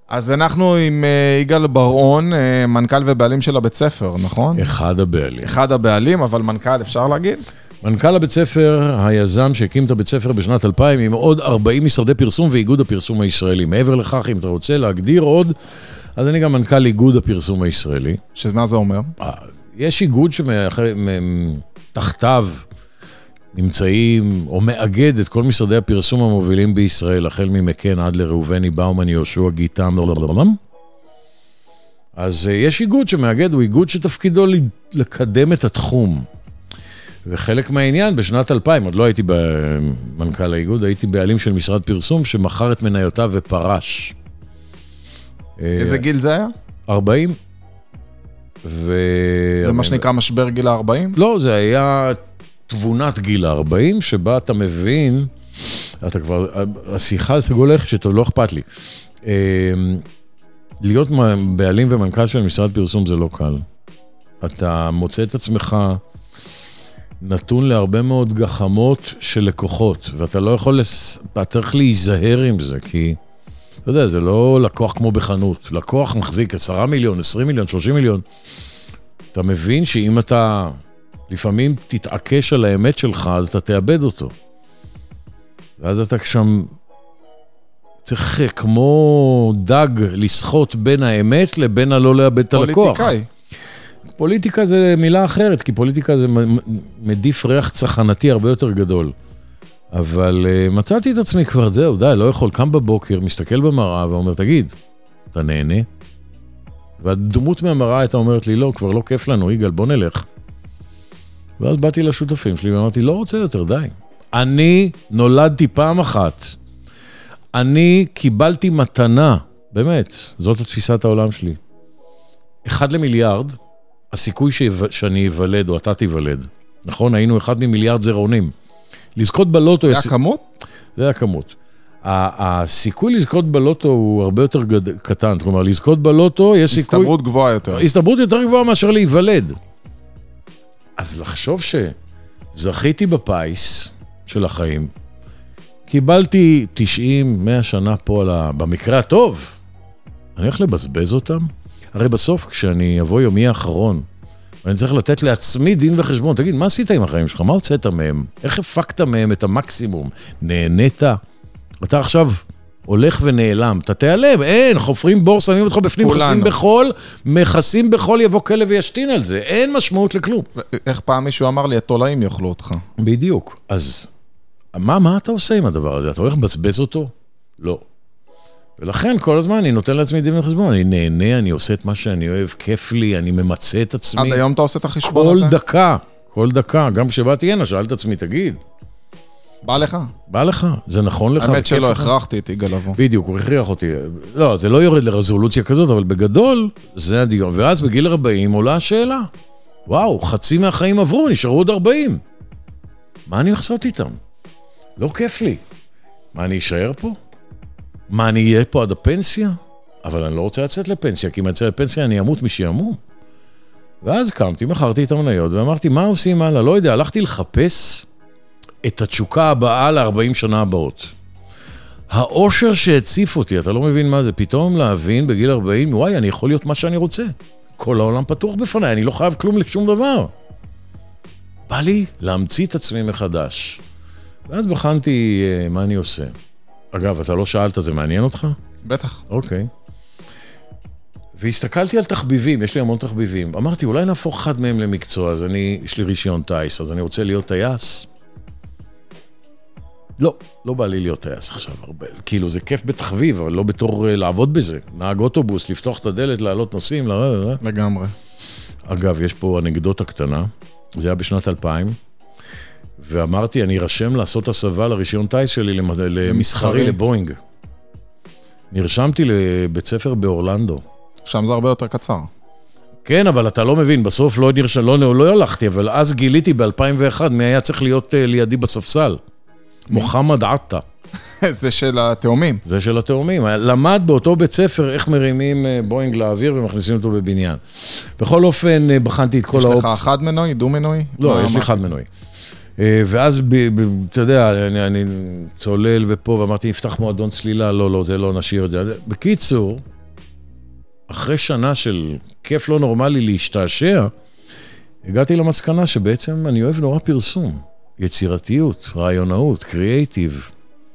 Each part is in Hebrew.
אז אנחנו עם יגאל בר-און, מנכ"ל ובעלים של הבית ספר, נכון? אחד הבעלים. אחד הבעלים, אבל מנכ"ל אפשר להגיד? מנכ"ל הבית ספר, היזם שהקים את הבית ספר בשנת 2000, עם עוד 40 משרדי פרסום ואיגוד הפרסום הישראלי. מעבר לכך, אם אתה רוצה להגדיר עוד, אז אני גם מנכ"ל איגוד הפרסום הישראלי. שמה זה אומר? יש איגוד שתחתיו נמצאים, או מאגד את כל משרדי הפרסום המובילים בישראל, החל ממקן עד לראובני, באומן, יהושע, גיטם, אז יש איגוד שמאגד, הוא איגוד שתפקידו לקדם את התחום. וחלק מהעניין, בשנת 2000, עוד לא הייתי במנכ"ל האיגוד, הייתי בעלים של משרד פרסום שמכר את מניותיו ופרש. איזה גיל זה היה? 40. זה מה שנקרא משבר גיל ה-40? לא, זה היה תבונת גיל ה-40, שבה אתה מבין, אתה כבר, השיחה זה גולך שטוב, לא אכפת לי. להיות בעלים ומנכ"ל של משרד פרסום זה לא קל. אתה מוצא את עצמך נתון להרבה מאוד גחמות של לקוחות, ואתה לא יכול, אתה צריך להיזהר עם זה, כי, אתה יודע, זה לא לקוח כמו בחנות. לקוח מחזיק 10 מיליון, 20 מיליון, 30 מיליון. אתה מבין שאם אתה לפעמים תתעקש על האמת שלך, אז אתה תאבד אותו. ואז אתה שם צריך כמו דג לשחות בין האמת לבין הלא לאבד את הלקוח. פוליטיקאי. פוליטיקה זה מילה אחרת, כי פוליטיקה זה מדיף ריח צחנתי הרבה יותר גדול. אבל מצאתי את עצמי כבר, זהו, די, לא יכול, קם בבוקר, מסתכל במראה ואומר, תגיד, אתה נהנה? והדמות מהמראה הייתה אומרת לי, לא, כבר לא כיף לנו, יגאל, בוא נלך. ואז באתי לשותפים שלי ואמרתי, לא רוצה יותר, די. אני נולדתי פעם אחת. אני קיבלתי מתנה, באמת, זאת התפיסת העולם שלי. 1 למיליארד, הסיכוי שאני אוולד או אתה תיוולד. נכון, היינו 1 ממיליארד זרעונים. לזכות בלוטו... זה הכמות? זה הכמות. הסיכוי לזכות בלוטו הוא הרבה יותר קטן. כלומר, לזכות בלוטו יש סיכוי... הסתברות גבוהה יותר. הסתברות יותר גבוהה מאשר להיוולד. אז לחשוב שזכיתי בפייס של החיים, קיבלתי 90, 100 שנה פה במקרה הטוב, אני הולך לבזבז אותם? הרי בסוף, כשאני אבוא יומי האחרון, ואני צריך לתת לעצמי דין וחשבון, תגיד, מה עשית עם החיים שלך? מה הוצאת מהם? איך הפקת מהם את המקסימום? נהנית? אתה עכשיו הולך ונעלם, אתה תיעלם, אין, חופרים בור, שמים אותך בפנים, מכסים בחול, יבוא כלב וישתין על זה, אין משמעות לכלום. איך פעם מישהו אמר לי, התולעים יאכלו אותך. בדיוק, אז מה אתה עושה עם הדבר הזה? אתה הולך לבזבז אותו? לא. ולכן כל הזמן אני נותן לעצמי דין וחשבון, אני נהנה, אני עושה את מה שאני אוהב, כיף לי, אני ממצא את עצמי. עד היום אתה עושה את החשבון הזה? כל דקה, גם כשבאתי הנה, שאלת עצמי, תגיד. בא לך? בא לך, זה נכון לך. האמת שלא, הכרחתי את יגאל לבוא. בדיוק, הוא הכריח אותי. לא, זה לא יורד לרזולוציה כזאת, אבל בגדול, זה הדיון. ואז בגיל 40 עולה השאלה. וואו, חצי מהחיים עברו, נשארו עוד 40. מה אני אעשות איתם? לא כיף לי. מה, אני אשאר פה? מה, אני אהיה פה עד הפנסיה? אבל אני לא רוצה לצאת לפנסיה, כי אם אני אצא לפנסיה אני אמות משימום. ואז קמתי, מכרתי את המניות, ואמרתי, מה עושים הלאה? לא יודע, הלכתי לחפש את התשוקה הבאה ל-40 שנה הבאות. האושר שהציף אותי, אתה לא מבין מה זה, פתאום להבין בגיל 40, וואי, אני יכול להיות מה שאני רוצה. כל העולם פתוח בפניי, אני לא חייב כלום לשום דבר. בא לי להמציא את עצמי מחדש. ואז בחנתי מה אני עושה. אגב, אתה לא שאלת, זה מעניין אותך? בטח. אוקיי. והסתכלתי על תחביבים, יש לי המון תחביבים. אמרתי, אולי נהפוך אחד מהם למקצוע, אז יש לי רישיון טייס, אז אני רוצה להיות טייס. לא בא לי להיות טייס עכשיו הרבה. כאילו, זה כיף בתחביב, אבל לא בתור לעבוד בזה. נהג אוטובוס, לפתוח את הדלת, לעלות נוסעים, לגמרי. אגב, יש פה אנקדוטה קטנה, זה היה בשנת 2000, ואמרתי, אני ארשם לעשות הסבה לרישיון טייס שלי למסחרי, לבואינג. נרשמתי לבית ספר באורלנדו. שם זה הרבה יותר קצר. כן, אבל אתה לא מבין, בסוף לא הלכתי, אבל אז גיליתי ב-2001, מי היה צריך להיות לידי בספסל? מוחמד עטה. זה של התאומים. זה של התאומים. למד באותו בית ספר איך מרימים בואינג לאוויר ומכניסים אותו בבניין. בכל אופן, בחנתי את כל האופציות. יש לך אחד מנועי, דו מנועי? לא, יש לי אחד מנועי. ואז, אתה יודע, אני צולל ופה, ואמרתי, נפתח מועדון צלילה, לא, זה לא נשאיר את זה. בקיצור, אחרי שנה של כיף לא נורמלי להשתעשע, הגעתי למסקנה שבעצם אני אוהב נורא פרסום, יצירתיות, רעיונאות, קריאייטיב.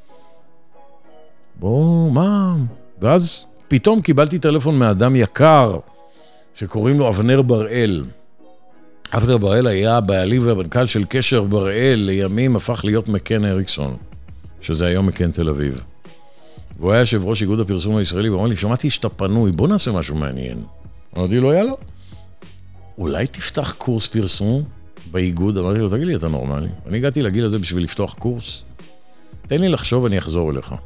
מה? ואז פתאום קיבלתי טלפון מאדם יקר, שקוראים לו אבנר בראל. אבנר בראל היה הבעלים והמנכ"ל של קשר בראל, לימים הפך להיות מקן אריקסון, שזה היום מקן תל אביב. והוא היה יושב ראש איגוד הפרסום הישראלי, ואומר לי, שמעתי שאתה פנוי, בוא נעשה משהו מעניין. אמרתי לו, יאללה. אולי תפתח קורס פרסום באיגוד? אמרתי לו, תגיד לי, אתה נורמלי. אני הגעתי לגיל הזה בשביל לפתוח קורס. תן לי לחשוב, אני אחזור אליך.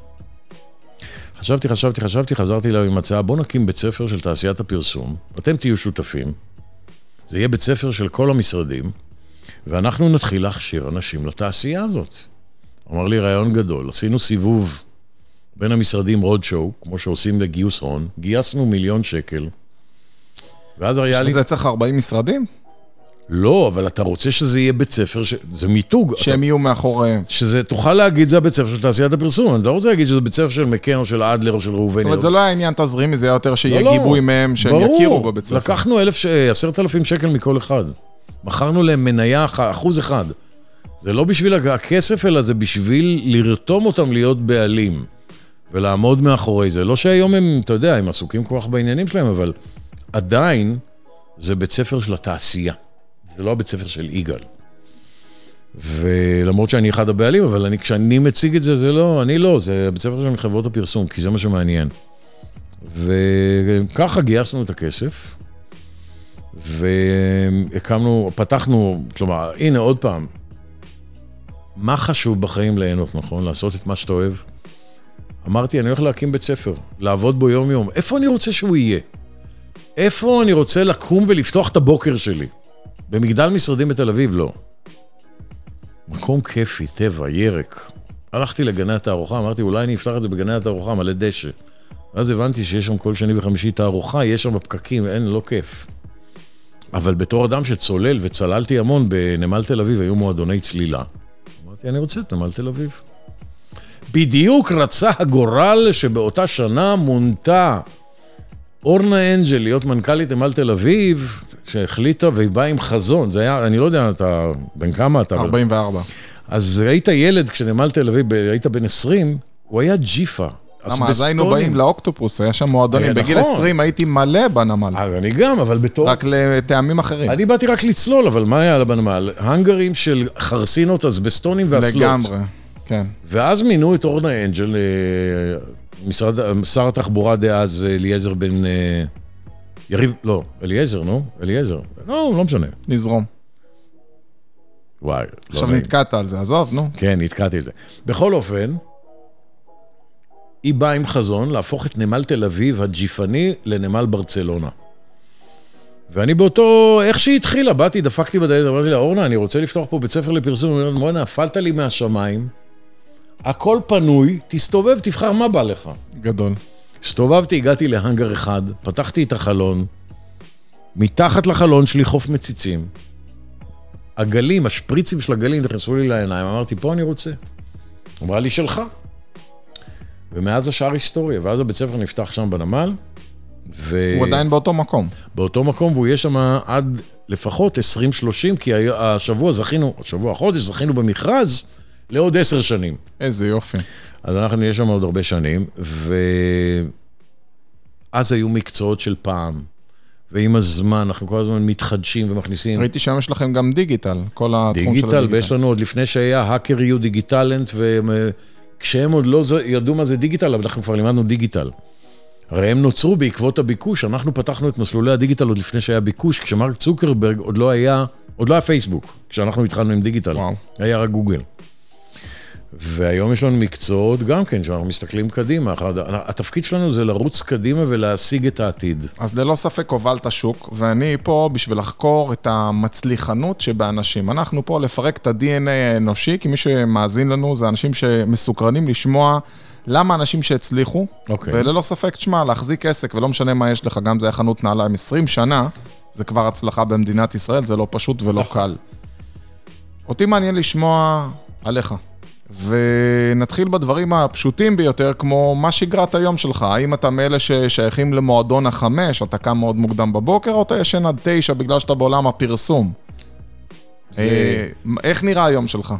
חזרתי לה עם הצעה, בוא נקים בית ספר של תעשיית הפרסום, אתם תהיו שותפים, זה יהיה בית ספר של כל המשרדים, ואנחנו נתחיל להכשיר אנשים לתעשייה הזאת. אמר לי, רעיון גדול, עשינו סיבוב בין המשרדים רודשואו, כמו שעושים לגיוס הון, גייסנו 1,000,000 שקל, ואז היה לי... זה צריך 40 משרדים? לא, אבל אתה רוצה שזה יהיה בית ספר, זה מיתוג. שהם יהיו מאחוריהם. שזה, תוכל להגיד, זה הבית ספר של תעשיית הפרסום. אני לא רוצה להגיד שזה בית ספר של מקן או של אדלר או של ראובני. זאת אומרת, זה לא היה עניין תזרימי, זה היה יותר שיגיבו עימם, שהם יכירו בבית ספר. לקחנו 10,000 שקל מכל אחד. מכרנו להם מניה 1%. זה לא בשביל הכסף, אלא זה בשביל לרתום אותם להיות בעלים. ולעמוד מאחורי זה. לא שהיום הם, אתה יודע, הם עסוקים כל כך בעניינים שלהם, אבל עדיין זה בית ספר של התעשייה. זה לא הבית ספר של יגאל. ולמרות שאני אחד הבעלים, אבל כשאני מציג את זה, זה לא, אני לא, זה בית ספר של חברות הפרסום, כי זה מה שמעניין. וככה גייסנו את הכסף, פתחנו, כלומר, הנה עוד פעם, מה חשוב בחיים ליהנות, נכון? לעשות את מה שאתה אוהב. אמרתי, אני הולך להקים בית ספר, לעבוד בו יום יום. איפה אני רוצה שהוא יהיה? איפה אני רוצה לקום ולפתוח את הבוקר שלי? במגדל משרדים בתל אביב, לא. מקום כיפי, טבע, ירק. הלכתי לגני התערוכה, אמרתי, אולי אני אפתח את זה בגני התערוכה, מלא דשא. אז הבנתי שיש שם כל שני וחמישי תערוכה, יש שם בפקקים, אין, לא כיף. אבל בתור אדם שצולל וצללתי המון בנמל תל אביב, היו מועדוני צלילה. אמרתי, אני רוצה את נמל תל אביב. בדיוק רצה הגורל שבאותה שנה מונתה אורנה אנג'ל להיות מנכ"לית נמל תל אביב, שהחליטה והיא באה עם חזון. זה היה, אני לא יודע, אתה, בן כמה אתה? 44. אז היית ילד כשנמל תל אביב, היית בן 20, הוא היה ג'יפה. למה, אז היינו באים לאוקטופוס, היה שם מועדונים. בגיל 20 הייתי מלא בנמל. אז אני גם, אבל בתור... רק לטעמים אחרים. אני באתי רק לצלול, אבל מה היה בנמל? הנגרים של חרסינות, אסבסטונים ואסלות. לגמרי, כן. ואז מינו את אורנה אנג'ל, שר התחבורה דאז, אליעזר בן... יריב, לא, אליעזר, לא משנה. נזרום. וואי. עכשיו נתקעת על זה, עזוב, נו. כן, נתקעתי על זה. בכל אופן, היא באה עם חזון להפוך את נמל תל אביב הג'יפני לנמל ברצלונה. ואני באותו, איך שהיא התחילה, באתי, דפקתי בדלת, אמרתי לה, אורנה, אני רוצה לפתוח פה בית ספר לפרסום, אני אומר, נפלת לי מהשמיים, הכל פנוי, תסתובב, תבחר מה בא לך. גדול. הסתובבתי, הגעתי להנגר אחד, פתחתי את החלון, מתחת לחלון שלי חוף מציצים, הגלים, השפריצים של הגלים נכנסו לי לעיניים, אמרתי, פה אני רוצה. אמרה לי, שלך. ומאז השאר היסטוריה, ואז הבית ספר נפתח שם בנמל, הוא עדיין באותו מקום. באותו מקום, והוא יהיה שם עד לפחות 20-30, כי החודש זכינו במכרז לעוד 10 שנים. איזה יופי. אז אנחנו נהיה שם עוד הרבה שנים, ואז היו מקצועות של פעם, ועם הזמן, אנחנו כל הזמן מתחדשים ומכניסים. ראיתי שם יש לכם גם דיגיטל, כל התחום של הדיגיטל. דיגיטל, ויש לנו עוד לפני שהיה, האקר יהיו דיגיטלנט, וכשהם עוד לא ידעו מה זה דיגיטל, אבל אנחנו כבר לימדנו דיגיטל. הרי הם נוצרו בעקבות הביקוש, אנחנו פתחנו את מסלולי הדיגיטל עוד לפני שהיה ביקוש, כשמרק צוקרברג עוד לא היה פייסבוק, כשאנחנו התחלנו עם דיגיטל, היה רק גוגל. והיום יש לנו מקצועות גם כן, שאנחנו מסתכלים קדימה, התפקיד שלנו זה לרוץ קדימה ולהשיג את העתיד. אז ללא ספק הובלת שוק, ואני פה בשביל לחקור את המצליחנות שבאנשים. אנחנו פה לפרק את ה-DNA האנושי, כי מי שמאזין לנו זה אנשים שמסוקרנים לשמוע למה אנשים שהצליחו, וללא ספק, תשמע, להחזיק עסק, ולא משנה מה יש לך, גם זה היה חנות נעליים 20 שנה, זה כבר הצלחה במדינת ישראל, זה לא פשוט ולא קל. אותי מעניין לשמוע עליך. ונתחיל בדברים הפשוטים ביותר, כמו מה שגרת היום שלך. האם אתה מאלה ששייכים למועדון 5, אתה קם מאוד מוקדם בבוקר, או אתה ישן עד 9 בגלל שאתה בעולם הפרסום? איך נראה היום שלך?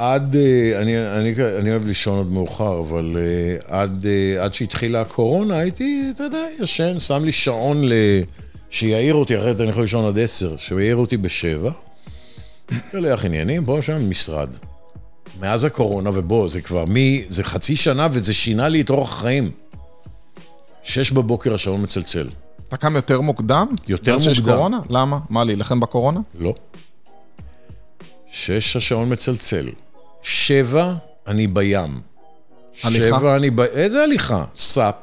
אני אוהב לישון עוד מאוחר, אבל עד שהתחילה הקורונה הייתי, אתה יודע, ישן, שם לי שעון שיעיר אותי, אחרת אני יכול לישון עד 10, שיעיר אותי ב7, כלך עניינים, בוא שם משרד. מאז הקורונה, ובוא, זה כבר זה חצי שנה, וזה שינה לי את אורח החיים. 6 בבוקר השעון מצלצל. אתה קם יותר מוקדם? יותר מוקדם. שיש קורונה? למה? מה, להילחם בקורונה? לא. 6 השעון מצלצל. 7 אני בים. הליכה? 7 איזה הליכה? סאפ.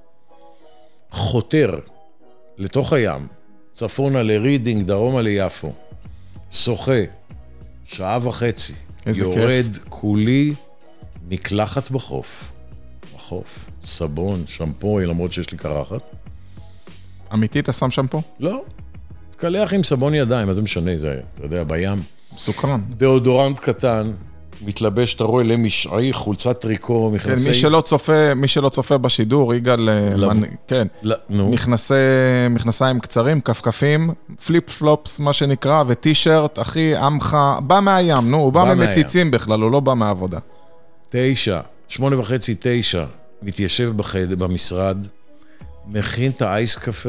חותר לתוך הים. צפונה לרידינג, דרומה ליפו. שוחה. 1.5 שעות. איזה יורד כיף. כולי מקלחת בחוף. סבון, שמפוי, למרות שיש לי קרחת. אמיתי, אתה שם שם פה? לא. תקלח עם סבון ידיים, מה זה משנה? זה, אתה יודע, בים. סוכרן. דאודורנט קטן, מתלבש, אתה רואה למשעי, חולצת טריקו, מכנסי... כן, מי שלא צופה בשידור, יגאל, כן, מכנסיים קצרים, כפכפים, פליפ פלופס, מה שנקרא, וטי-שרט, אחי, עמך, בא מהים, נו, הוא בא ממציצים בכלל, הוא לא בא מהעבודה. 8:30, 9, מתיישב במשרד, מכין את האייס קפה,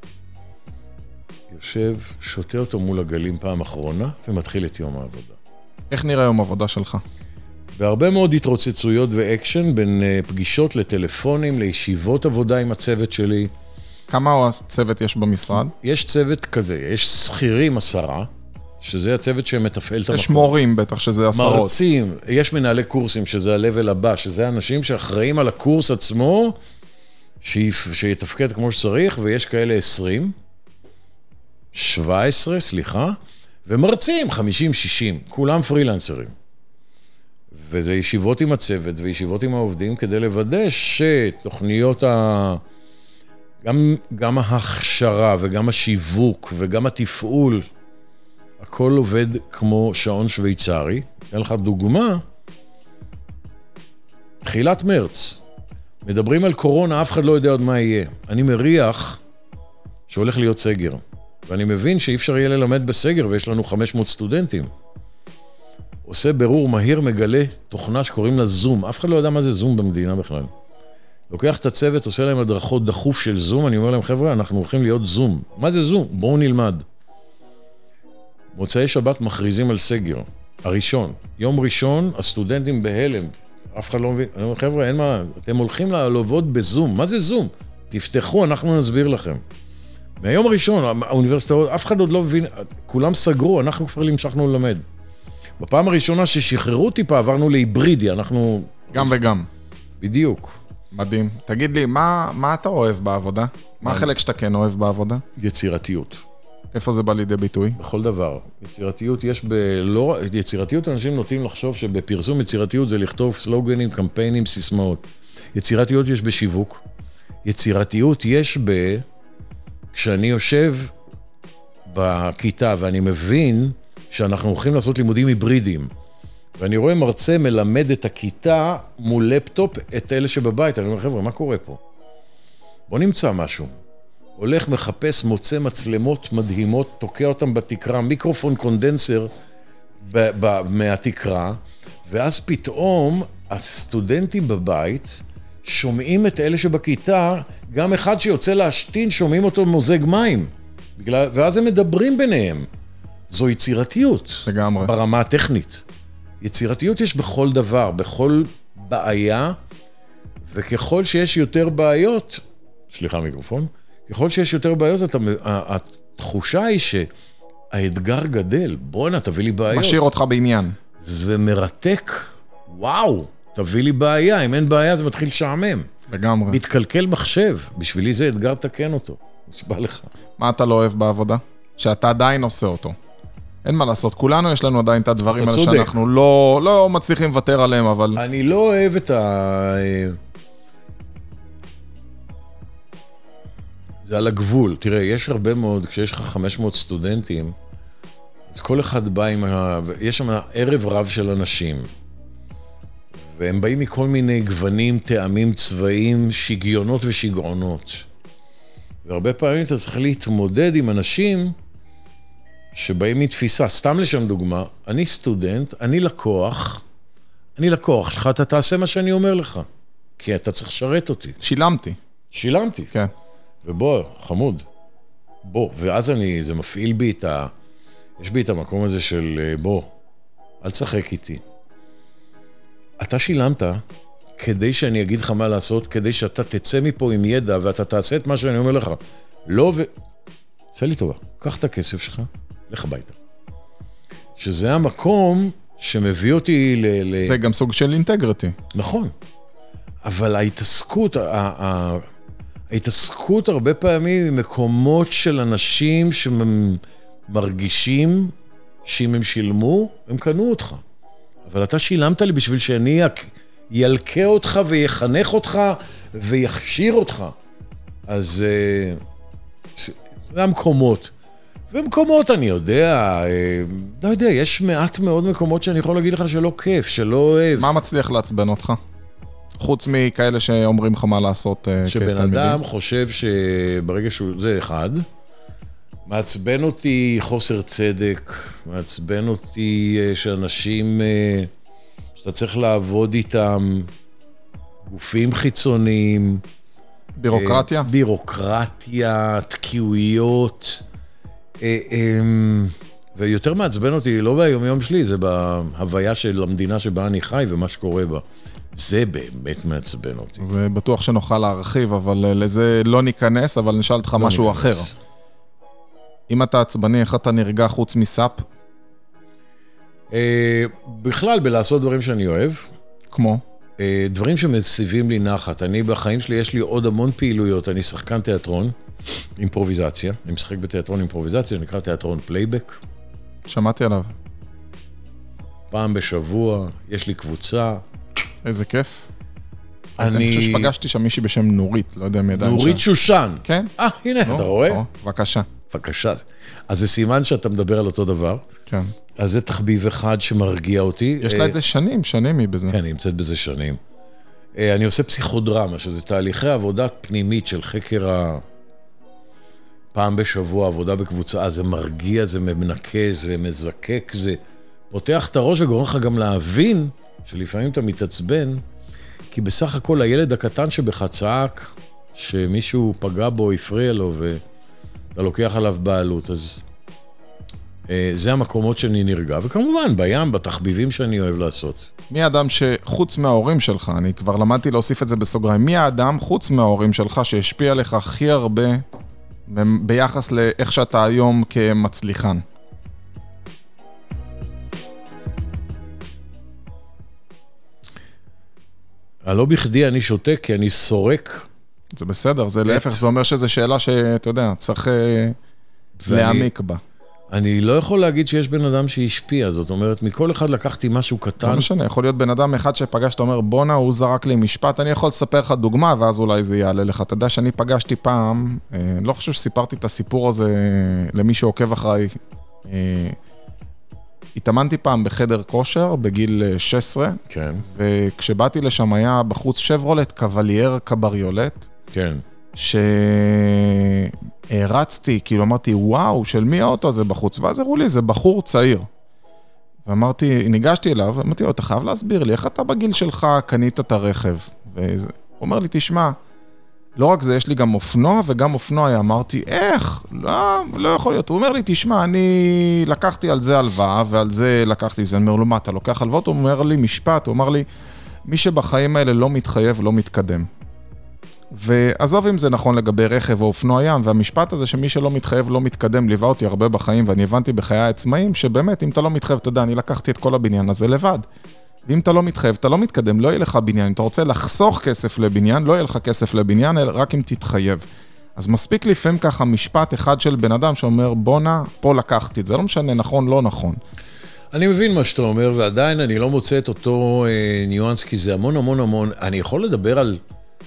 יושב, שותה אותו מול הגלים פעם אחרונה, ומתחיל את יום העבודה. איך נראה יום העבודה שלך? בהרבה מאוד התרוצצויות ואקשן, בין פגישות לטלפונים, לישיבות עבודה עם הצוות שלי. כמה צוות יש במשרד? יש צוות כזה, יש שכירים 10, שזה הצוות שמתפעל את המקום. יש מורים בטח, שזה 10. מרצים, יש מנהלי קורסים, שזה ה-level הבא, שזה אנשים שאחראים על הקורס עצמו, שיתפקד כמו שצריך, ויש כאלה 17, סליחה, ומרצים 50-60, כולם פרילנסרים. וזה ישיבות עם הצוות וישיבות עם העובדים כדי לוודא שתוכניות גם ההכשרה וגם השיווק וגם התפעול, הכל עובד כמו שעון שוויצרי. אתן לך דוגמה, תחילת מרץ, מדברים על קורונה, אף אחד לא יודע עוד מה יהיה. אני מריח שהולך להיות סגר. ואני מבין שאי אפשר יהיה ללמד בסגר, ויש לנו 500 סטודנטים. עושה ברור מהיר, מגלה תוכנה שקוראים לה זום. אף אחד לא יודע מה זה זום במדינה בכלל. לוקח את הצוות, עושה להם הדרכות דחוף של זום, אני אומר להם, חבר'ה, אנחנו הולכים להיות זום. מה זה זום? בואו נלמד. מוצאי שבת מכריזים על סגר. הראשון. יום ראשון, הסטודנטים בהלם. אף אחד לא מבין. אני אומר, חבר'ה, אין מה, אתם הולכים לעבוד בזום. מה זה זום? תפתחו, אנחנו נסביר לכם. מהיום הראשון, האוניברסיטאות, אף אחד עוד לא מבין, כולם סגרו, אנחנו כבר המשכנו ללמד. בפעם הראשונה ששחררו טיפה, עברנו להיברידי, אנחנו... גם וגם. בדיוק. מדהים. תגיד לי, מה אתה אוהב בעבודה? מה החלק שאתה כן אוהב בעבודה? יצירתיות. איפה זה בא לידי ביטוי? בכל דבר. יצירתיות יש יצירתיות אנשים נוטים לחשוב שבפרסום יצירתיות זה לכתוב סלוגנים, קמפיינים, סיסמאות. יצירתיות יש בשיווק. יצירתיות יש כשאני יושב בכיתה ואני מבין שאנחנו הולכים לעשות לימודים היברידיים, ואני רואה מרצה מלמד את הכיתה מול לפטופ את אלה שבבית, אני אומר, חבר'ה, מה קורה פה? בוא נמצא משהו. הולך, מחפש, מוצא מצלמות מדהימות, תוקע אותם בתקרה, מיקרופון קונדנסר מהתקרה, ואז פתאום הסטודנטים בבית שומעים את אלה שבכיתה, גם אחד שיוצא להשתין, שומעים אותו מוזג מים, ואז הם מדברים ביניהם. זו יצירתיות. לגמרי. ברמה הטכנית. יצירתיות יש בכל דבר, בכל בעיה, וככל שיש יותר בעיות, סליחה מיקרופון, ככל שיש יותר בעיות, התחושה היא שהאתגר גדל. בוא'נה, תביא לי בעיות. משאיר אותך בעניין. זה מרתק. וואו, תביא לי בעיה. אם אין בעיה, זה מתחיל שעמם. לגמרי. מתקלקל מחשב. בשבילי זה אתגר תקן אותו. נשבע לך. מה אתה לא אוהב בעבודה? שאתה עדיין עושה אותו. אין מה לעשות. כולנו יש לנו עדיין את הדברים האלה שאנחנו לא מצליחים לוותר עליהם, אבל... אני לא אוהב את זה על הגבול. תראה, יש הרבה מאוד, כשיש לך 500 סטודנטים, אז כל אחד בא יש שם ערב רב של אנשים. והם באים מכל מיני גוונים, טעמים, צבעים, שגיונות ושגעונות. והרבה פעמים אתה צריך להתמודד עם אנשים שבאים מתפיסה. סתם לשם דוגמה, אני סטודנט, אני לקוח שלך, אתה תעשה מה שאני אומר לך, כי אתה צריך לשרת אותי. שילמתי. כן. ובוא, חמוד, בוא. ואז זה מפעיל בי יש בי את המקום הזה של בוא, אל תשחק איתי. אתה שילמת כדי שאני אגיד לך מה לעשות, כדי שאתה תצא מפה עם ידע, ואתה תעשה את מה שאני אומר לך. לא עשה לי טובה, קח את הכסף שלך, לך הביתה. שזה המקום שמביא אותי זה גם סוג של אינטגריטי. נכון. אבל ההתעסקות הרבה פעמים עם מקומות של אנשים שמרגישים שאם הם שילמו, הם קנו אותך. אבל אתה שילמת לי בשביל שאני ילקה אותך ויחנך אותך ויכשיר אותך. אז זה המקומות. ומקומות אני יודע, לא יודע, יש מעט מאוד מקומות שאני יכול להגיד לך שלא כיף, שלא אוהב. מה מצליח לעצבן אותך? חוץ מכאלה שאומרים לך מה לעשות שבן אדם חושב שברגע זה אחד, מעצבן אותי חוסר צדק, מעצבן אותי שאנשים שאתה צריך לעבוד איתם, גופים חיצוניים, בירוקרטיה, תקיעויות, ויותר מעצבן אותי, לא ביום שלי, זה בהוויה של המדינה שבה אני חי ומה שקורה בה. זה באמת מעצבן אותי. זה בטוח שנוכל להרחיב, אבל לזה לא ניכנס, אבל נשאל אותך משהו אחר. אם אתה עצבני, איך אתה נרגע חוץ מסאפ? בכלל, בלעשות דברים שאני אוהב. כמו? דברים שמסיבים לי נחת. אני בחיים שלי, יש לי עוד המון פעילויות. אני שחקן תיאטרון, אימפרוביזציה. אני משחק בתיאטרון אימפרוביזציה, נקרא תיאטרון פלייבק. שמעתי עליו. פעם בשבוע, יש לי קבוצה. איזה כיף. אני חושב שפגשתי שם מישהי בשם נורית, לא יודע מי ידע. נורית שושן. כן? הנה, אתה רואה? בבקשה. בבקשה. אז זה סימן שאתה מדבר על אותו דבר. כן. אז זה תחביב אחד שמרגיע אותי. יש לה את זה שנים היא בזה. כן, היא נמצאת בזה שנים. אני עושה פסיכודרמה, שזה תהליכי עבודה פנימית של חקר פעם בשבוע, עבודה בקבוצה, זה מרגיע, זה מנקה, זה מזקק, זה פותח את הראש וגורם לך גם להבין שלפעמים אתה מתעצבן, כי בסך הכל הילד הקטן שבך צעק, שמישהו פגע בו, הפריע לו, ואתה לוקח עליו בעלות, אז זה המקומות שאני נרגע, וכמובן בים, בתחביבים שאני אוהב לעשות. מי האדם שחוץ מההורים שלך, אני כבר למדתי להוסיף את זה בסוגריים, מי האדם חוץ מההורים שלך שהשפיע לך הכי הרבה ביחס לאיך שאתה היום כמצליחן? לא בכדי אני שותק, כי אני סורק. זה בסדר, זה להפך, זה אומר שזו שאלה שאתה יודע, צריך להעמיק בה. אני לא יכול להגיד שיש בן אדם שהשפיע, זאת אומרת, מכל אחד לקחתי משהו קטן. לא משנה, יכול להיות בן אדם אחד שפגשת, אומר, בונה, הוא זרק לי משפט, אני יכול לספר לך דוגמה, ואז אולי זה יעלה לך. אתה יודע שאני פגשתי פעם, לא חושב שסיפרתי את הסיפור הזה למי שעוקב אחריי. התאמנתי פעם בחדר כושר, בגיל 16, כן. וכשבאתי לשם היה בחוץ שברולט קוולייר קבריולט, כן. שהרצתי, כאילו אמרתי, וואו, של מי האוטו הזה בחוץ? ואז הראו לי, זה בחור צעיר. ואמרתי, ניגשתי אליו, אמרתי לו, אתה חייב להסביר לי, איך אתה בגיל שלך קנית את הרכב? הוא אומר לי, תשמע, לא רק זה, יש לי גם אופנוע וגם אופנוע. אמרתי, איך? לא יכול להיות. הוא אומר לי, תשמע, אני לקחתי על זה הלוואה, ועל זה לקחתי זה. אני אומר לו, מה, אתה לוקח הלוואות? הוא אומר לי משפט, הוא אומר לי, מי שבחיים האלה לא מתחייב, לא מתקדם. ועזוב אם זה נכון לגבי רכב או אופנוע ים, והמשפט הזה שמי שלא מתחייב לא מתקדם, ליווה אותי הרבה בחיים, ואני הבנתי בחיי העצמאים, שבאמת, אם אתה לא מתחייב, אתה יודע, אני לקחתי את כל הבניין הזה לבד. ואם אתה לא מתחייב, אתה לא מתקדם, לא יהיה לך בניין. אם אתה רוצה לחסוך כסף לבניין, לא יהיה לך כסף לבניין, אלא רק אם תתחייב. אז מספיק לפעמים ככה משפט אחד של בן אדם שאומר, בונה, פה לקחתי את זה. לא משנה, נכון, לא נכון. אני מבין מה שאתה אומר, ועדיין אני לא מוצא את אותו ניואנס, כי זה המון. אני יכול לדבר על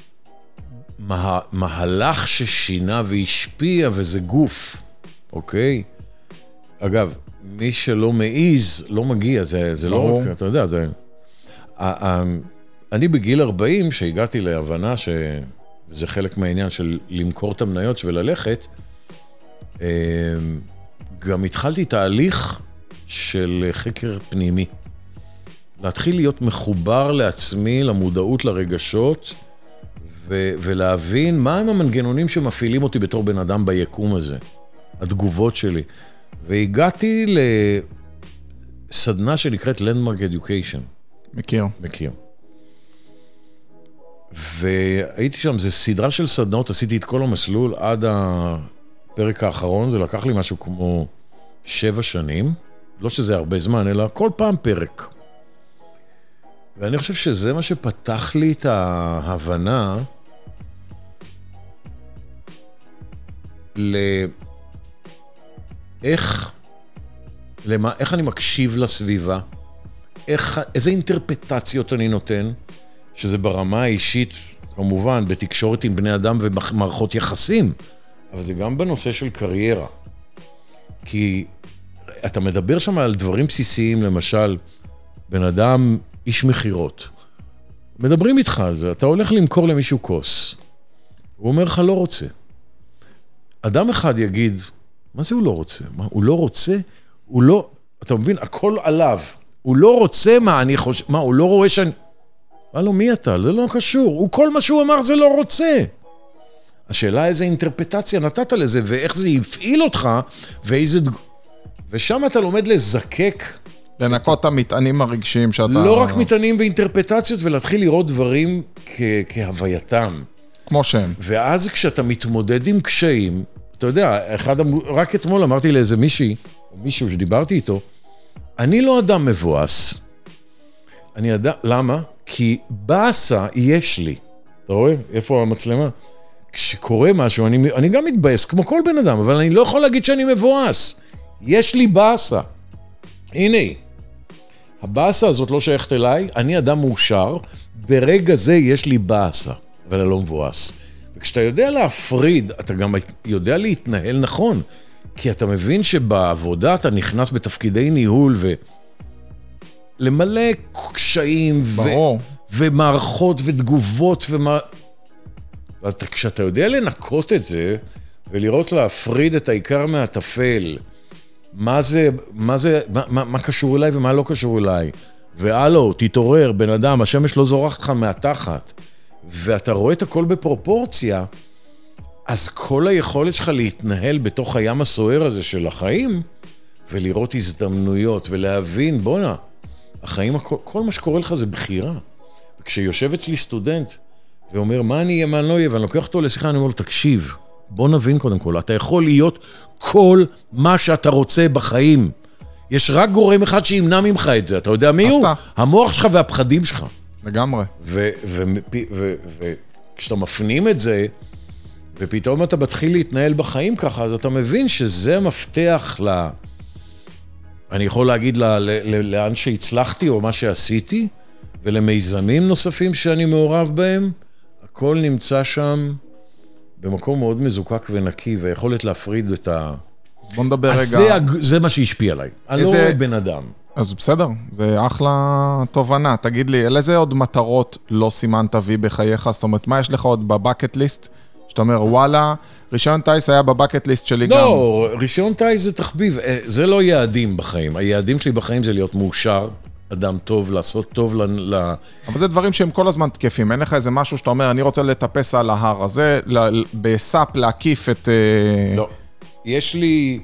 מהלך ששינה והשפיע, וזה גוף, אוקיי? אגב, מי שלא מעיז, לא מגיע, זה לא רק, אתה יודע, זה... אני בגיל 40, שהגעתי להבנה שזה חלק מהעניין של למכור את המניות וללכת, גם התחלתי תהליך של חקר פנימי. להתחיל להיות מחובר לעצמי, למודעות, לרגשות, ולהבין מהם המנגנונים שמפעילים אותי בתור בן אדם ביקום הזה, התגובות שלי. והגעתי לסדנה שנקראת Landmark Education. מכיר. והייתי שם, זה סדרה של סדנות, עשיתי את כל המסלול עד הפרק האחרון, זה לקח לי משהו כמו 7 שנים, לא שזה הרבה זמן, אלא כל פעם פרק. ואני חושב שזה מה שפתח לי את ההבנה איך אני מקשיב לסביבה, איזה אינטרפטציות אני נותן, שזה ברמה האישית, כמובן, בתקשורת עם בני אדם ומערכות יחסים, אבל זה גם בנושא של קריירה. כי אתה מדבר שם על דברים בסיסיים, למשל, בן אדם איש מחירות. מדברים איתך על זה, אתה הולך למכור למישהו כוס. הוא אומר לך, לא רוצה. אדם אחד יגיד, מה זה הוא לא רוצה? מה, הוא לא רוצה? הוא לא, אתה מבין, הכל עליו. הוא לא רוצה מה אני חושב, מה, הוא לא רואה שאני... הלו, מי אתה? זה לא קשור. הוא כל מה שהוא אמר זה לא רוצה. השאלה איזה אינטרפטציה נתת לזה, ואיך זה יפעיל אותך, ושם אתה לומד לזקק... לנקות את המטענים הרגשיים שאתה... לא רק מטענים ואינטרפטציות, ולהתחיל לראות דברים כהווייתם. כמו שהם. ואז כשאתה מתמודד עם קשיים, אתה יודע, רק אתמול אמרתי לאיזה מישהו שדיברתי איתו, אני לא אדם מבואס. למה? כי באסה יש לי. אתה רואה? איפה המצלמה? כשקורה משהו, אני גם מתבאס, כמו כל בן אדם, אבל אני לא יכול להגיד שאני מבואס. יש לי באסה. הנה, הבאסה הזאת לא שייכת אליי, אני אדם מאושר, ברגע זה יש לי באסה, אבל אני לא מבואס. וכשאתה יודע להפריד, אתה גם יודע להתנהל נכון, כי אתה מבין שבעבודה אתה נכנס בתפקידי ניהול למלא קשיים ומערכות ותגובות כשאתה יודע לנקות את זה ולראות להפריד את העיקר מהטפל, מה קשור אליי ומה לא קשור אליי, והלו, תתעורר, בן אדם, השמש לא זורחת לך מהתחת, ואתה רואה את הכל בפרופורציה, אז כל היכולת שלך להתנהל בתוך הים הסוער הזה של החיים, ולראות הזדמנויות ולהבין, בונה, החיים, כל מה שקורה לך זה בחירה. וכשיושב אצלי סטודנט ואומר, מה אני אהיה, מה אני לא אהיה, ואני לוקח אותו לשיחה, אני אומר לו, תקשיב, בוא נבין קודם כל, אתה יכול להיות כל מה שאתה רוצה בחיים. יש רק גורם אחד שימנע ממך את זה, אתה יודע מי הוא? המוח שלך והפחדים שלך. לגמרי. וכשאתה מפנים את זה, ופתאום אתה מתחיל להתנהל בחיים ככה, אז אתה מבין שזה המפתח אני יכול להגיד לאן שהצלחתי או מה שעשיתי, ולמיזמים נוספים שאני מעורב בהם, הכל נמצא שם במקום מאוד מזוקק ונקי, ויכולת להפריד את אז בוא נדבר רגע. זה מה שהשפיע עליי. אני לא רואה בן אדם. אז בסדר, זה אחלה תובנה. תגיד לי, על איזה עוד מטרות לא סימנת וי בחייך? זאת אומרת, מה יש לך עוד בבקט ליסט? שאתה אומר, וואלה, רישיון טייס היה בבקט ליסט שלי גם. לא, רישיון טייס זה תחביב. זה לא יעדים בחיים. היעדים שלי בחיים זה להיות מאושר, אדם טוב, לעשות טוב אבל זה דברים שהם כל הזמן תקפים. אין לך איזה משהו שאתה אומר, אני רוצה לטפס על ההר הזה, בסאפ להקיף את... לא. יש לי...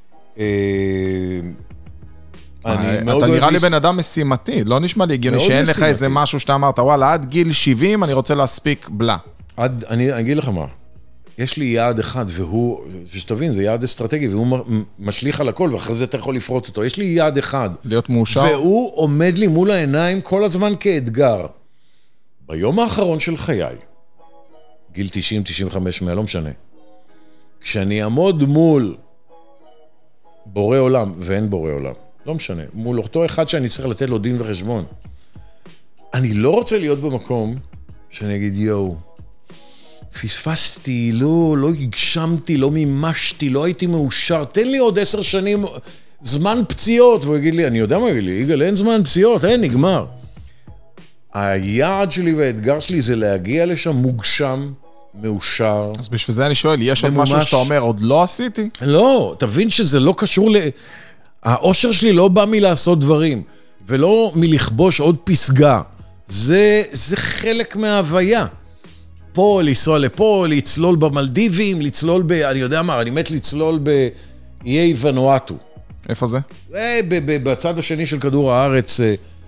אתה נראה לי בן אדם משימתי, לא נשמע לי הגיוני שאין לך איזה משהו שאתה אמרת, וואלה, עד גיל 70 אני רוצה להספיק בלה. אני אגיד לך מה, יש לי יעד אחד והוא, שתבין, זה יעד אסטרטגי והוא משליך על הכל ואחרי זה אתה יכול לפרוט אותו. יש לי יעד אחד. להיות מאושר. והוא עומד לי מול העיניים כל הזמן כאתגר. ביום האחרון של חיי, גיל 90, 95, לא משנה. כשאני אעמוד מול בורא עולם, ואין בורא עולם, לא משנה, מול אותו אחד שאני צריך לתת לו דין וחשבון. אני לא רוצה להיות במקום שאני אגיד, יואו, פספסתי, לא הגשמתי, לא מימשתי, לא הייתי מאושר, תן לי עוד 10 שנים זמן פציעות, והוא יגיד לי, אני יודע מה יגיד לי, יגאל, אין זמן פציעות, אין, נגמר. היעד שלי והאתגר שלי זה להגיע לשם מוגשם, מאושר. אז בשביל זה אני שואל, יש עוד משהו שאתה אומר, עוד לא עשיתי? לא, תבין שזה לא קשור האושר שלי לא בא מלעשות דברים, ולא מלכבוש עוד פסגה. זה חלק מההוויה. פה, לנסוע לפה, לצלול במלדיבים, לצלול אני יודע מה, אני מת לצלול באיי ונואטו. איפה זה? בצד השני של כדור הארץ,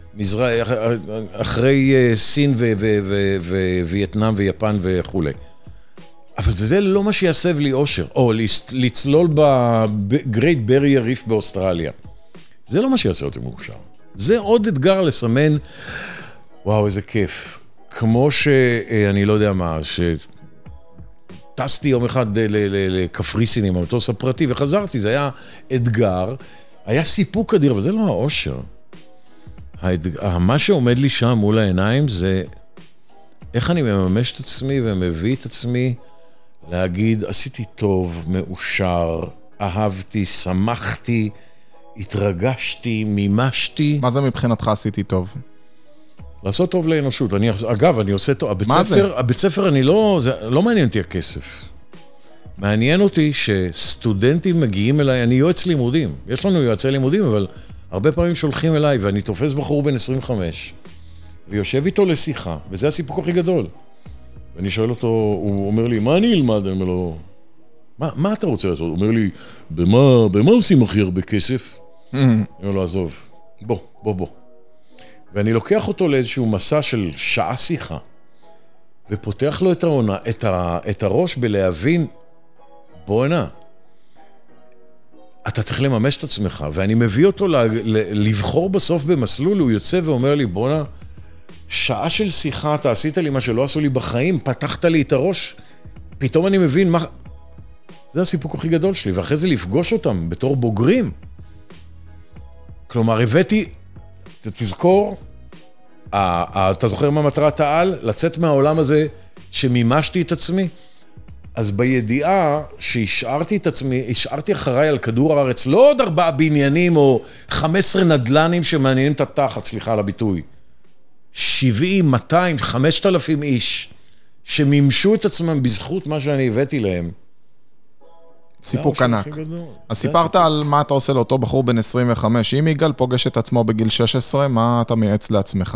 אחרי סין ווייטנאם ויפן וכו'. אבל זה לא מה שיסב לי אושר, או לצלול בגרייט ברייר ריף באוסטרליה. זה לא מה שיעשה אותי מאושר. זה עוד אתגר לסמן, וואו, איזה כיף. כמו שאני לא יודע מה, שטסתי יום אחד לקפריסין עם המטוס הפרטי וחזרתי, זה היה אתגר, היה סיפוק אדיר, אבל זה לא האושר. מה שעומד לי שם מול העיניים זה איך אני מממש את עצמי ומביא את עצמי להגיד, עשיתי טוב, מאושר, אהבתי, שמחתי, התרגשתי, מימשתי. מה זה מבחינתך עשיתי טוב? לעשות טוב לאנושות. אגב, אני עושה טוב. הבית ספר לא מעניין אותי הכסף. מעניין אותי שסטודנטים מגיעים אליי, אני יועץ לימודים. יש לנו יועצי לימודים, אבל הרבה פעמים שולחים אליי, ואני תופס בחור בן 25, ויושב איתו לשיחה, וזה הסיפוק הכי גדול. ואני שואל אותו, הוא אומר לי, מה אני אלמד? אני אומר לו, מה אתה רוצה לעשות? הוא אומר לי, במה עושים הכי הרבה כסף? אני אומר לו, עזוב, בוא. ואני לוקח אותו לאיזשהו מסע של שעה שיחה, ופותח לו את הראש בלהבין, בואנה, אתה צריך לממש את עצמך, ואני מביא אותו לבחור בסוף במסלול, הוא יוצא ואומר לי, בואנה, שעה של שיחה, אתה עשית לי מה שלא עשו לי בחיים, פתחת לי את הראש, פתאום אני מבין מה... זה הסיפוק הכי גדול שלי, ואחרי זה לפגוש אותם בתור בוגרים. כלומר, הבאתי, תזכור, אתה זוכר מה מטרת העל? לצאת מהעולם הזה שמימשתי את עצמי? אז בידיעה שהשארתי את עצמי, השארתי אחריי על כדור הארץ, לא עוד 4 בניינים או 15 נדלנים שמעניינים את התחת, סליחה על הביטוי. 70, 200, 5,000 איש שמימשו את עצמם בזכות מה שאני הבאתי להם. סיפוק ענק. אז סיפרת על מה אתה עושה לאותו בחור בן 25. אם יגאל פוגש את עצמו בגיל 16, מה אתה מייעץ לעצמך?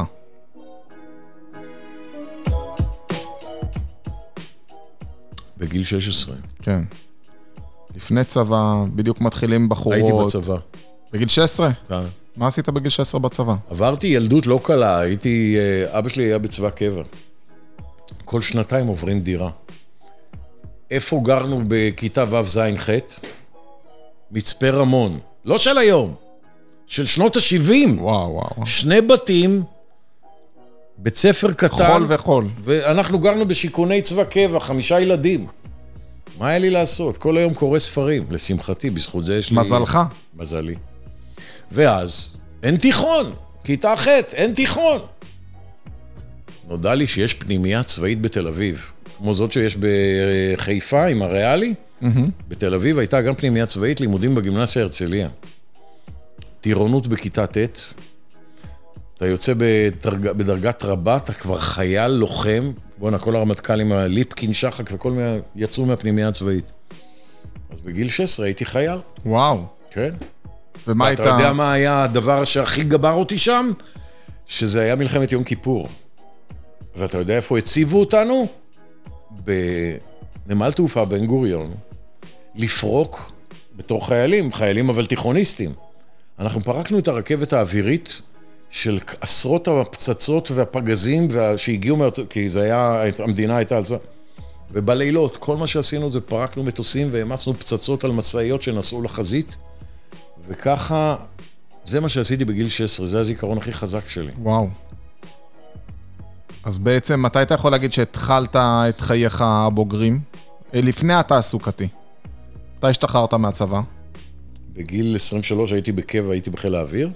בגיל 16. כן. לפני צבא, בדיוק מתחילים בחורות. הייתי בצבא. בגיל 16? כן. מה עשית בגיל 16 בצבא? עברתי ילדות לא קלה, אבא שלי היה בצבא קבע. כל שנתיים עוברים דירה. איפה גרנו בכיתה ו' ז' ח'? מצפה רמון. לא של היום, של שנות ה-70. וואו. 2 בתים, בית ספר קטן. חול וחול. ואנחנו גרנו בשיכוני צבא קבע, 5 ילדים. מה היה לי לעשות? כל היום קורא ספרים, לשמחתי, בזכות זה יש לי... מזלך. מזלי. ואז, אין תיכון, כיתה ח', אין תיכון. נודע לי שיש פנימייה צבאית בתל אביב, כמו זאת שיש בחיפה עם הריאלי. בתל אביב הייתה גם פנימייה צבאית, לימודים בגימנסיה הרצליה. טירונות בכיתה ט', אתה יוצא בדרגת רבה, אתה כבר חייל לוחם, בוא'נה, כל הרמטכ"לים, ליפקין, שחק וכל מיני יצאו מהפנימייה הצבאית. אז בגיל 16 הייתי חייל. וואו. כן. ומה הייתה... אתה יודע מה היה הדבר שהכי גבר אותי שם? שזה היה מלחמת יום כיפור. ואתה יודע איפה הציבו אותנו? בנמל תעופה בן גוריון. לפרוק בתור חיילים אבל תיכוניסטים. אנחנו פרקנו את הרכבת האווירית של עשרות הפצצות והפגזים שהגיעו מארצות, כי זה היה, המדינה הייתה על זה. ובלילות, כל מה שעשינו זה פרקנו מטוסים והמסנו פצצות על מסעיות שנסעו לחזית. וככה, זה מה שעשיתי בגיל 16, זה הזיכרון הכי חזק שלי. וואו. אז בעצם, מתי אתה יכול להגיד שהתחלת את חייך הבוגרים? לפני התעסוקתי. מתי השתחררת מהצבא? בגיל 23 הייתי בקבע, הייתי בחיל האוויר.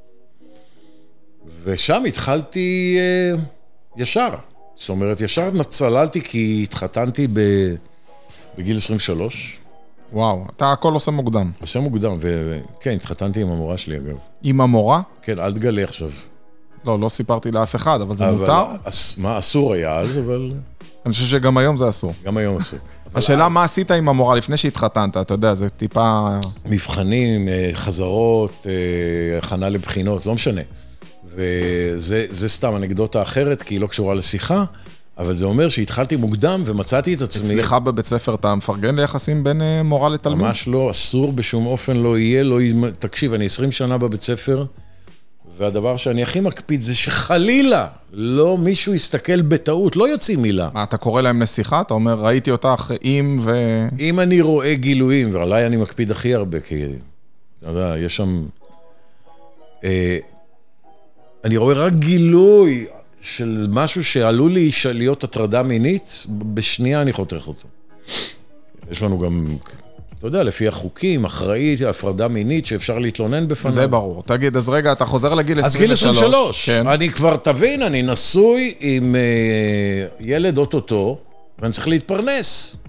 ושם התחלתי ישר. זאת אומרת, ישר צללתי כי התחתנתי בגיל 23. וואו, אתה הכל עושה מוקדם. עושה מוקדם, וכן, התחתנתי עם המורה שלי אגב. עם המורה? כן, אל תגלה עכשיו. לא סיפרתי לאף אחד, אבל זה מותר. מה, אסור היה אז, אבל... אני חושב שגם היום זה אסור. גם היום אסור. השאלה, מה עשית עם המורה לפני שהתחתנת? אתה יודע, זה טיפה... מבחנים, חזרות, הכנה לבחינות, לא משנה. וזה סתם אנקדוטה אחרת, כי היא לא קשורה לשיחה, אבל זה אומר שהתחלתי מוקדם ומצאתי את עצמי... אצלך בבית ספר אתה מפרגן ליחסים בין מורה לתלמיד? ממש לא, אסור בשום אופן, לא יהיה, תקשיב, אני 20 שנה בבית ספר, והדבר שאני הכי מקפיד זה שחלילה לא מישהו יסתכל בטעות, לא יוציא מילה. מה, אתה קורא להם נסיכה? אתה אומר, ראיתי אותך עם ו... אם אני רואה גילויים, ועליי אני מקפיד הכי הרבה, כי, אתה יודע, יש שם... אני רואה רק גילוי של משהו שעלול לי להיות הטרדה מינית, בשנייה אני חותך אותו. יש לנו גם... אתה יודע, לפי החוקים, אחראית, הפרדה מינית, שאפשר להתלונן בפניו. זה ברור. תגיד, אז רגע, אתה חוזר לגיל 23. אז גיל 23. כן. אני כבר, תבין, אני נשוי עם ילד אוטוטו, ואני צריך להתפרנס.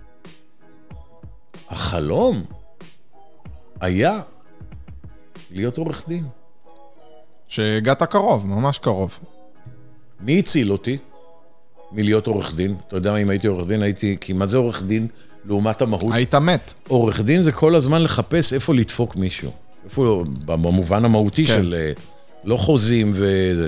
החלום היה להיות עורך דין. שהגעת קרוב, ממש קרוב. מי הציל אותי מלהיות עורך דין? אתה יודע, אם הייתי עורך דין, הייתי... כי מה זה עורך דין? לעומת המהות. היית מת. עורך דין זה כל הזמן לחפש איפה לדפוק מישהו. איפה, במובן המהותי כן. של לא חוזים וזה.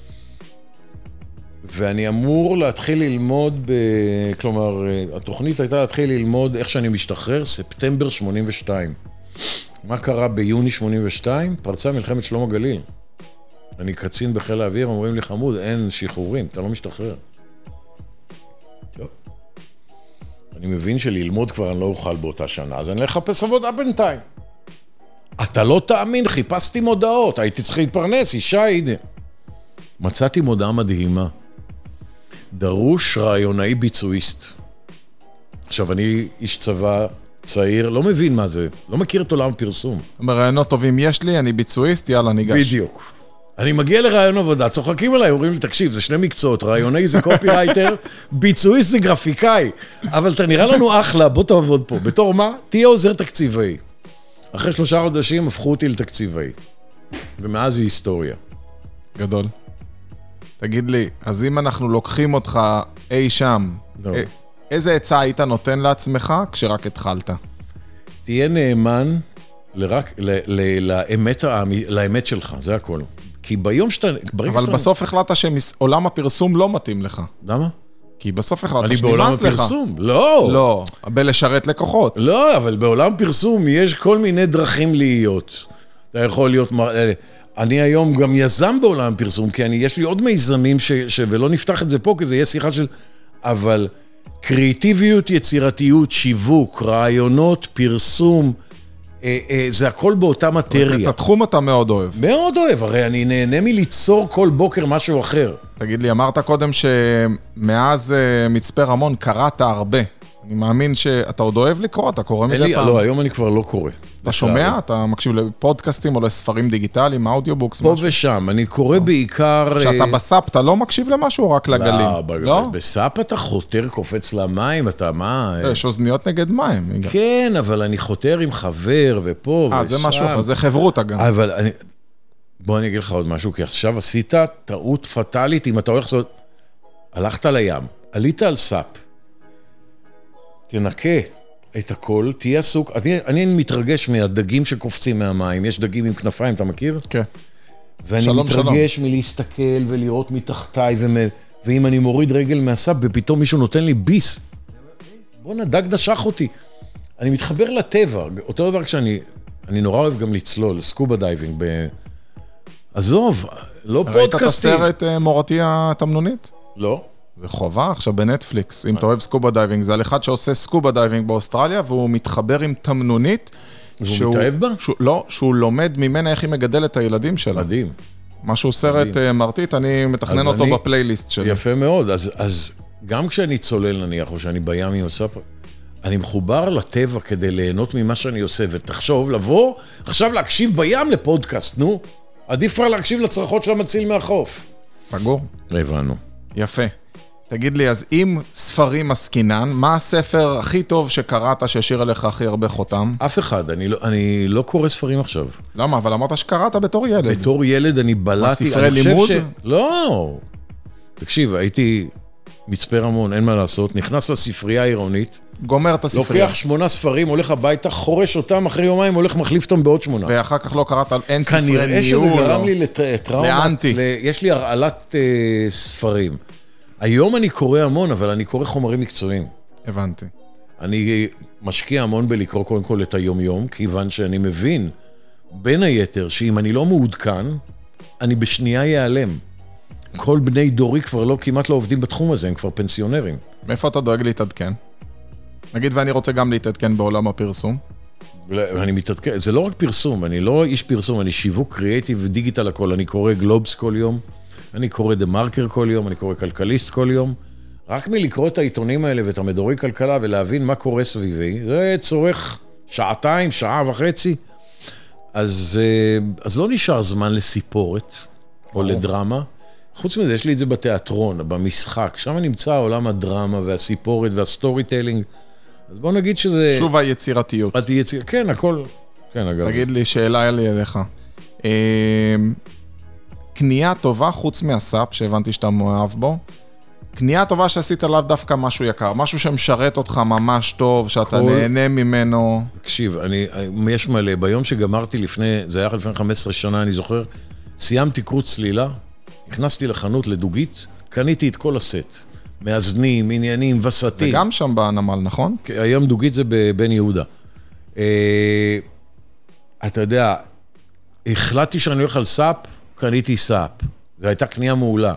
ואני אמור להתחיל ללמוד, כלומר, התוכנית הייתה להתחיל ללמוד איך שאני משתחרר, ספטמבר 82. מה קרה ביוני 82? פרצה מלחמת שלום הגליל. אני קצין בחיל האוויר, אומרים לי חמוד, אין שחרורים, אתה לא משתחרר. טוב. אני מבין שללמוד כבר אני לא אוכל באותה שנה, אז אני לחפש עבודה בינתיים. אתה לא תאמין, חיפשתי מודעות, הייתי צריך להתפרנס, אישה, הנה. מצאתי מודעה מדהימה. דרוש רעיונאי ביצועיסט. עכשיו, אני איש צבא צעיר, לא מבין מה זה, לא מכיר את עולם הפרסום. רעיונות טובים יש לי, אני ביצועיסט, יאללה, ניגש. בדיוק. אני מגיע לרעיון עבודה, צוחקים עליי, אומרים לי, תקשיב, זה שני מקצועות, רעיונאי זה קופירייטר, ביצועיסט זה גרפיקאי, אבל אתה נראה לנו אחלה, בוא תעבוד פה. בתור מה? תהיה עוזר תקציבי. אחרי 3 חודשים הפכו אותי לתקציבי. ומאז היא היסטוריה. גדול. תגיד לי, אז אם אנחנו לוקחים אותך אי שם, איזה עצה היית נותן לעצמך כשרק התחלת? תהיה נאמן לאמת שלך, זה הכל. כי ביום שאתה... אבל בסוף החלטת שעולם הפרסום לא מתאים לך. למה? כי בסוף החלטת שנמאס לך. אני בעולם הפרסום? לא. לא, בלשרת לקוחות. לא, אבל בעולם פרסום יש כל מיני דרכים להיות. אתה יכול להיות... אני היום גם יזם בעולם פרסום, כי יש לי עוד מיזמים ולא נפתח את זה פה, כי זה יהיה שיחה של... אבל קריאטיביות, יצירתיות, שיווק, רעיונות, פרסום, זה הכל באותה מטריה. את התחום אתה מאוד אוהב. מאוד אוהב, הרי אני נהנה מליצור כל בוקר משהו אחר. תגיד לי, אמרת קודם שמאז מצפה רמון קראת הרבה. אני מאמין שאתה עוד אוהב לקרוא, אתה קורא מדי פעם. לא, היום אני כבר לא קורא. אתה שומע? אתה מקשיב לפודקאסטים או לספרים דיגיטליים, אודיובוקס? פה ושם, אני קורא בעיקר... כשאתה בסאפ, אתה לא מקשיב למשהו או רק לגלים? לא, בסאפ אתה חותר, קופץ למים, אתה מה... יש אוזניות נגד מים. כן, אבל אני חותר עם חבר ופה ושם. זה משהו אחר, זה חברות גם. אבל בוא אני אגיד לך עוד משהו, כי עכשיו עשית טעות פטלית, אם אתה הולך לעשות... הלכת לים, עלית על סאפ. תנקה את הכל, תהיה עסוק. אני מתרגש מהדגים שקופצים מהמים, יש דגים עם כנפיים, אתה מכיר? כן. ואני מתרגש מלהסתכל ולראות מתחתיי, ואם אני מוריד רגל מהסאפ, ופתאום מישהו נותן לי ביס, בוא נדג נשך אותי. אני מתחבר לטבע, אותו דבר כשאני נורא אוהב גם לצלול, סקובה דייבינג, עזוב, לא פודקאסטים. ראית את הסרט מורתי התמנונית? לא. זה חובה עכשיו בנטפליקס, אם אתה אוהב סקובה דייבינג, זה על אחד שעושה סקובה דייבינג באוסטרליה, והוא מתחבר עם תמנונית. והוא מתאהב בה? לא, שהוא לומד ממנה איך היא מגדלת את הילדים שלה. מדהים. משהו סרט מרתית, אני מתכנן אותו בפלייליסט שלי. יפה מאוד, אז גם כשאני צולל נניח, או שאני בים עם הסאפ, אני מחובר לטבע כדי ליהנות ממה שאני עושה, ותחשוב לבוא, עכשיו להקשיב בים לפודקאסט, נו. עדיף כבר להקשיב לצרחות של המציל מהחוף. סגור. הבנו. יפה. תגיד לי, אז אם ספרים עסקינן, מה הספר הכי טוב שקראת שהשאיר עליך הכי הרבה חותם? אף אחד, אני לא קורא ספרים עכשיו. למה? אבל אמרת שקראת בתור ילד. בתור ילד אני בלעתי... ספרי לימוד? לא. תקשיב, הייתי מצפה רמון, אין מה לעשות, נכנס לספרייה העירונית, גומר את הספרייה. לוקח 8 ספרים, הולך הביתה, חורש אותם, אחרי יומיים הולך מחליף אותם בעוד 8. ואחר כך לא קראת על אין ספרי ניהול. כנראה שזה גרם לי לטראומה. לאנטי. יש לי הרעלת ספרים. היום אני קורא המון, אבל אני קורא חומרים מקצועיים. הבנתי. אני משקיע המון בלקרוא קודם כל את היום-יום, כיוון שאני מבין, בין היתר, שאם אני לא מעודכן, אני בשנייה ייעלם. כל בני דורי כבר לא, כמעט לא עובדים בתחום הזה, הם כבר פנסיונרים. מאיפה אתה דואג להתעדכן? נגיד ואני רוצה גם להתעדכן בעולם הפרסום. אני מתעדכן, זה לא רק פרסום, אני לא איש פרסום, אני שיווק קריאטיב ודיגיטל הכל, אני קורא גלובס כל יום, אני קורא דה מרקר כל יום, אני קורא כלכליסט כל יום. רק מלקרוא את העיתונים האלה ואת המדורי כלכלה ולהבין מה קורה סביבי, זה צורך שעתיים, שעה וחצי. אז לא נשאר זמן לסיפורת או לדרמה. חוץ מזה, יש לי את זה בתיאטרון, במשחק. שם נמצא העולם הדרמה והסיפורת והסטורי טיילינג. אז בוא נגיד שזה... שוב היצירתיות. כן, הכל. כן, אגב. תגיד לי, שאלה לי אליך. קנייה טובה חוץ מהסאפ, שהבנתי שאתה מאוהב בו. קנייה טובה שעשית עליו דווקא משהו יקר. משהו שמשרת אותך ממש טוב, שאתה נהנה ממנו. תקשיב, יש מלא. ביום שגמרתי זה היה לפני 15 שנה, אני זוכר, סיימתי קרוץ צלילה, נכנסתי לחנות לדוגית, קניתי את כל הסט. מאזנים, עניינים, וסתים. זה גם שם בנמל, נכון? היום דוגית זה בבן יהודה. אתה יודע, החלטתי שאני הולך על סאפ, קניתי סאפ. זו הייתה קנייה מעולה.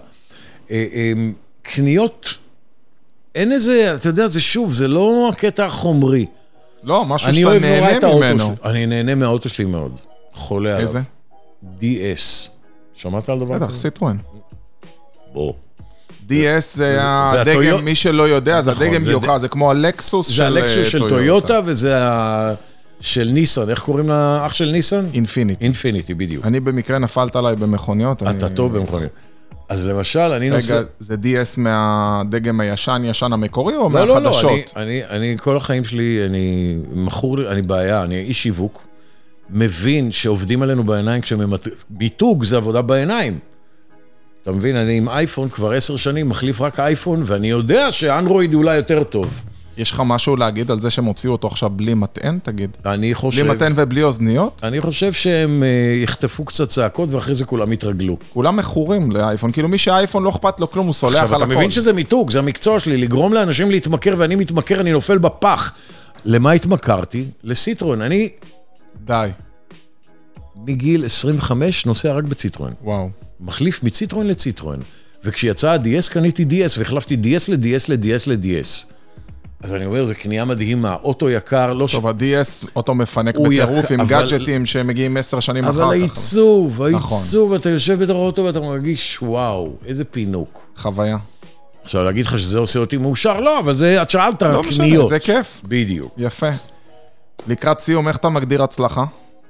קניות, אין איזה, אתה יודע, זה שוב, זה לא הקטע החומרי. לא, משהו שאתה נהנה ממנו. אני נהנה מהאוטו שלי מאוד. חולה עליו. איזה? DS. שמעת על דבר? בטח, סיטרואן. בוא. DS זה הדגם, מי שלא יודע, זה הדגם דיוקה, זה כמו הלקסוס של טויוטה. זה הלקסוס של טויוטה וזה של ניסן, איך קוראים לאח של ניסן? אינפיניטי. אינפיניטי, בדיוק. אני במקרה נפלת עליי במכוניות. אתה טוב במכוניות. אז למשל, אני נוסע... רגע, זה DS מהדגם ישן המקורי או מהחדשות? לא, אני כל החיים שלי, אני מכור, אני בעיה, אני איש שיווק, מבין שעובדים עלינו בעיניים, ביטוג זה עבודה בעיניים. אתה מבין, אני עם אייפון כבר 10 שנים, מחליף רק אייפון, ואני יודע שאנדרואיד אולי יותר טוב. יש לך משהו להגיד על זה שהם הוציאו אותו עכשיו בלי מטען, תגיד? אני חושב... בלי מטען ובלי אוזניות? אני חושב שהם יחטפו קצת צעקות, ואחרי זה כולם יתרגלו. כולם מכורים לאייפון, כאילו מי שהאייפון לא אכפת לו כלום, הוא סולח על הכל. עכשיו, אתה מבין שזה מיתוג, זה המקצוע שלי, לגרום לאנשים להתמכר, ואני מתמכר, אני נופל בפח. למה התמכרתי? לסיטרואן. אני... די. מגיל 25 נוסע רק בציטרואן. וואו. מחליף מציטרואן לציטרואן. וכשיצא ה-DS קניתי DS, והחלפתי DS ל-DS ל-DS ל-DS. אז אני אומר, זה קנייה מדהימה, אוטו יקר, לא... טוב, ה-DS, אוטו מפנק בטירוף עם גאדג'טים שמגיעים 10 שנים אחר כך. אבל העיצוב, אתה יושב בתוך האוטו ואתה מרגיש, וואו, איזה פינוק. חוויה. עכשיו, להגיד לך שזה עושה אותי מאושר? לא, אבל זה, את שאלת, לא משנה, זה כיף. בדיוק. יפה. לקראת סיום, איך אתה מגדיר הצלחה?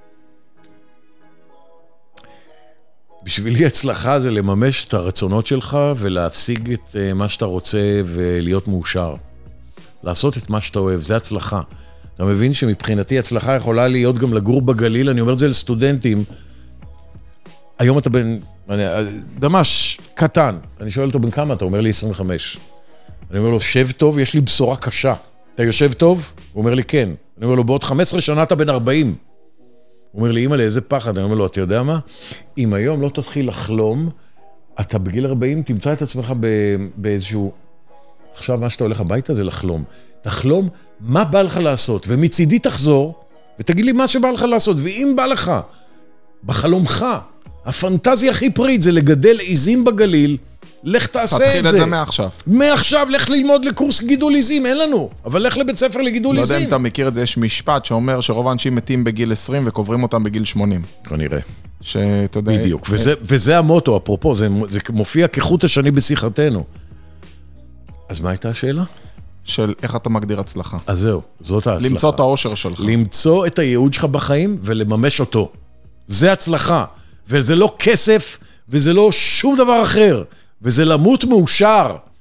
בשבילי הצלחה זה לממש את הרצונות שלך ולהשיג את מה שאתה רוצה ולהיות מאושר. לעשות את מה שאתה אוהב, זה הצלחה. אתה מבין שמבחינתי הצלחה יכולה להיות גם לגור בגליל, אני אומר את זה לסטודנטים. היום אתה ממש קטן. אני שואל אותו בן כמה, אתה אומר לי 25. אני אומר לו, שב טוב, יש לי בשורה קשה. אתה יושב טוב? הוא אומר לי, כן. אני אומר לו, בעוד 15 שנה אתה בן 40. הוא אומר לי, אמא, לאיזה פחד? אני אומר לו, אתה יודע מה? אם היום לא תתחיל לחלום, אתה בגיל 40 תמצא את עצמך באיזשהו... עכשיו מה שאתה הולך הביתה זה לחלום. תחלום מה בא לך לעשות, ומצידי תחזור, ותגיד לי מה שבא לך לעשות, ואם בא לך, בחלומך, הפנטזיה הכי פריט זה לגדל עיזים בגליל, לך תעשה את זה. תתחיל את זה מעכשיו. מעכשיו, לך ללמוד לקורס גידול עיזים, אין לנו. אבל לך לבית ספר לגידול עיזים. לא יודע אם אתה מכיר את זה, יש משפט שאומר שרוב האנשים מתים בגיל 20 וקוברים אותם בגיל 80. כנראה. שאתה יודע... בדיוק, וזה המוטו, אפרופו, זה מופיע כחוט השני בשיחתנו. אז מה הייתה השאלה? של איך אתה מגדיר הצלחה. אז זהו, זאת ההצלחה. למצוא את האושר שלך. למצוא את הייעוד שלך בחיים ולממש אותו. זה הצלחה. וזה לא כסף, וזה לא שום דבר אחר. וזה למות מאושר.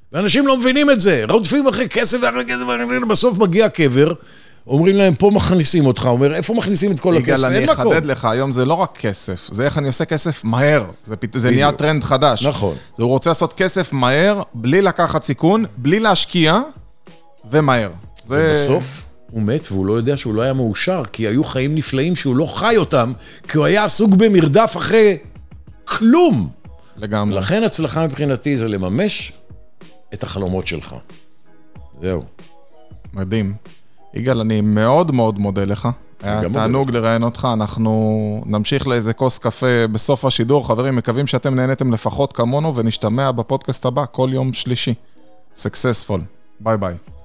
ואנשים לא מבינים את זה, רודפים אחרי כסף, בסוף מגיע קבר, אומרים להם, פה מכניסים אותך, אומר, איפה מכניסים את כל הכסף? אני אחדד לך, היום זה לא רק כסף, זה איך אני עושה כסף מהר, זה נהיה טרנד חדש. נכון. הוא רוצה לעשות כסף מהר, בלי לקחת סיכון, בלי להשקיע, ומהר. ובסוף הוא מת, והוא לא יודע שהוא לא היה מאושר, כי היו חיים נפלאים שהוא לא חי אותם, כי הוא היה עסוק במרדף אחרי כלום. לגמרי. לכן הצלחה מבחינתי זה לממש את החלומות שלך. זהו. מדהים. יגאל, אני מאוד מאוד מודה לך. היה תענוג לראיין אותך, אנחנו נמשיך לאיזה כוס קפה בסוף השידור. חברים, מקווים שאתם נהנתם לפחות כמונו, ונשתמע בפודקאסט הבא כל יום שלישי. Successful. ביי ביי.